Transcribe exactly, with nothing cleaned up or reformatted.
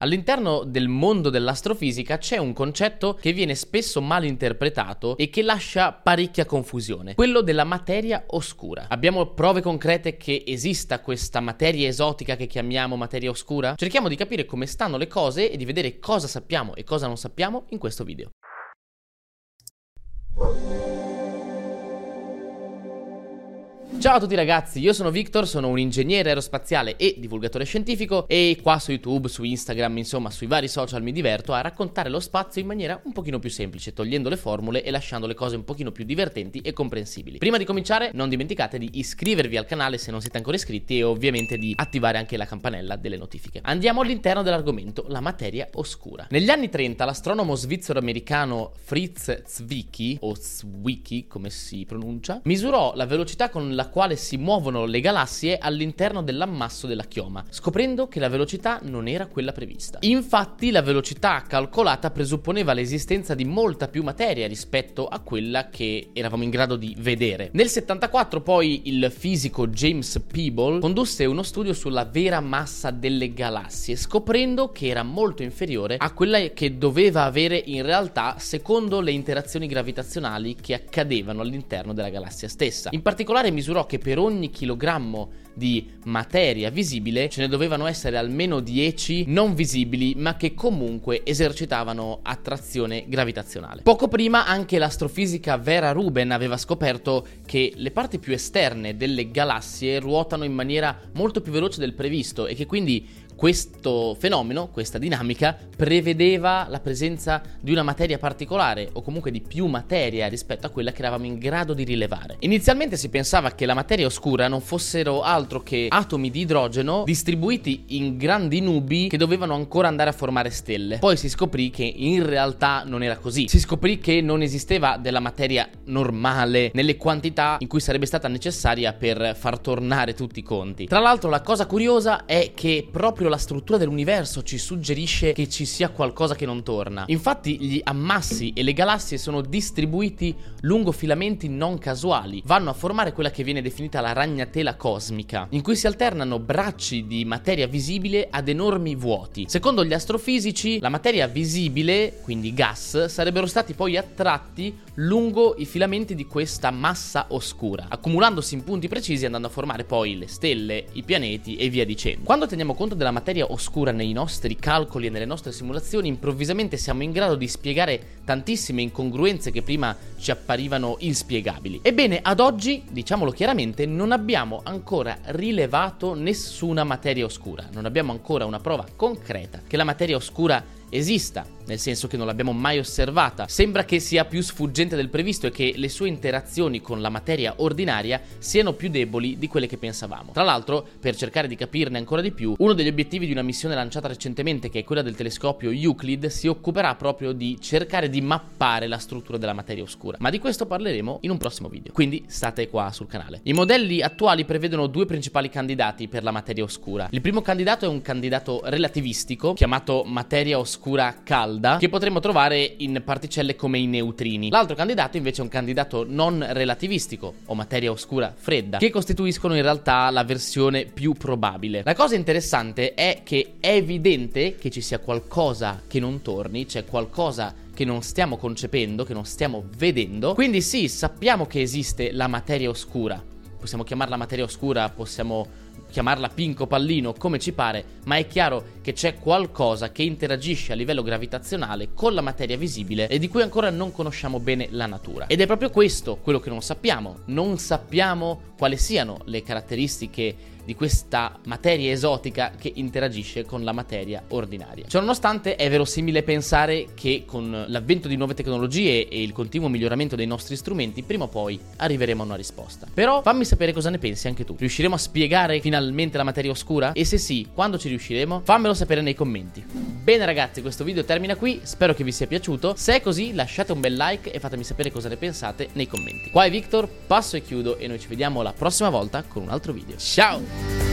All'interno del mondo dell'astrofisica c'è un concetto che viene spesso mal interpretato e che lascia parecchia confusione, quello della materia oscura. Abbiamo prove concrete che esista questa materia esotica che chiamiamo materia oscura? Cerchiamo di capire come stanno le cose e di vedere cosa sappiamo e cosa non sappiamo in questo video. Ciao a tutti ragazzi, io sono Victor, sono un ingegnere aerospaziale e divulgatore scientifico e qua su YouTube, su Instagram, insomma sui vari social mi diverto a raccontare lo spazio in maniera un pochino più semplice, togliendo le formule e lasciando le cose un pochino più divertenti e comprensibili. Prima di cominciare non dimenticate di iscrivervi al canale se non siete ancora iscritti e ovviamente di attivare anche la campanella delle notifiche. Andiamo all'interno dell'argomento, la materia oscura. Negli anni trenta l'astronomo svizzero-americano Fritz Zwicky, o Zwicky come si pronuncia, misurò la velocità con la quale si muovono le galassie all'interno dell'ammasso della chioma, scoprendo che la velocità non era quella prevista. Infatti la velocità calcolata presupponeva l'esistenza di molta più materia rispetto a quella che eravamo in grado di vedere. Nel settantaquattro poi il fisico James Peeble condusse uno studio sulla vera massa delle galassie, scoprendo che era molto inferiore a quella che doveva avere in realtà secondo le interazioni gravitazionali che accadevano all'interno della galassia stessa. In particolare misurò che per ogni chilogrammo di materia visibile ce ne dovevano essere almeno dieci non visibili ma che comunque esercitavano attrazione gravitazionale. Poco prima anche l'astrofisica Vera Rubin aveva scoperto che le parti più esterne delle galassie ruotano in maniera molto più veloce del previsto e che quindi questo fenomeno, questa dinamica, prevedeva la presenza di una materia particolare o comunque di più materia rispetto a quella che eravamo in grado di rilevare. Inizialmente si pensava che la materia oscura non fossero altro che atomi di idrogeno distribuiti in grandi nubi che dovevano ancora andare a formare stelle. Poi si scoprì che in realtà non era così. Si scoprì che non esisteva della materia normale nelle quantità in cui sarebbe stata necessaria per far tornare tutti i conti. Tra l'altro la cosa curiosa è che proprio la struttura dell'universo ci suggerisce che ci sia qualcosa che non torna. Infatti gli ammassi e le galassie sono distribuiti lungo filamenti non casuali, vanno a formare quella che viene definita la ragnatela cosmica, in cui si alternano bracci di materia visibile ad enormi vuoti. Secondo gli astrofisici la materia visibile, quindi gas, sarebbero stati poi attratti lungo i filamenti di questa massa oscura, accumulandosi in punti precisi andando a formare poi le stelle, i pianeti e via dicendo. Quando teniamo conto della materia oscura nei nostri calcoli e nelle nostre simulazioni, improvvisamente siamo in grado di spiegare tantissime incongruenze che prima ci apparivano inspiegabili. Ebbene, ad oggi, diciamolo chiaramente, non abbiamo ancora rilevato nessuna materia oscura, non abbiamo ancora una prova concreta che la materia oscura esista, nel senso che non l'abbiamo mai osservata. Sembra che sia più sfuggente del previsto e che le sue interazioni con la materia ordinaria siano più deboli di quelle che pensavamo. Tra l'altro, per cercare di capirne ancora di più, uno degli obiettivi di una missione lanciata recentemente, che è quella del telescopio Euclid, si occuperà proprio di cercare di mappare la struttura della materia oscura. Ma di questo parleremo in un prossimo video, quindi state qua sul canale. I modelli attuali prevedono due principali candidati per la materia oscura. Il primo candidato è un candidato relativistico, chiamato materia oscura calda, che potremmo trovare in particelle come i neutrini. L'altro candidato invece è un candidato non relativistico o materia oscura fredda, che costituiscono in realtà la versione più probabile. La cosa interessante è che è evidente che ci sia qualcosa che non torni, c'è qualcosa che non stiamo concependo, che non stiamo vedendo. Quindi sì, sappiamo che esiste la materia oscura. Possiamo chiamarla materia oscura, possiamo chiamarla pinco pallino, come ci pare, ma è chiaro che c'è qualcosa che interagisce a livello gravitazionale con la materia visibile e di cui ancora non conosciamo bene la natura. Ed è proprio questo quello che non sappiamo. Non sappiamo quali siano le caratteristiche di questa materia esotica che interagisce con la materia ordinaria. Ciononostante è verosimile pensare che con l'avvento di nuove tecnologie e il continuo miglioramento dei nostri strumenti prima o poi arriveremo a una risposta. Però fammi sapere cosa ne pensi anche tu. Riusciremo a spiegare finalmente la materia oscura? E se sì, quando ci riusciremo? Fammelo sapere nei commenti. Bene ragazzi, questo video termina qui, spero che vi sia piaciuto. Se è così lasciate un bel like e fatemi sapere cosa ne pensate nei commenti. Qua è Victor, passo e chiudo e noi ci vediamo la prossima volta con un altro video. Ciao!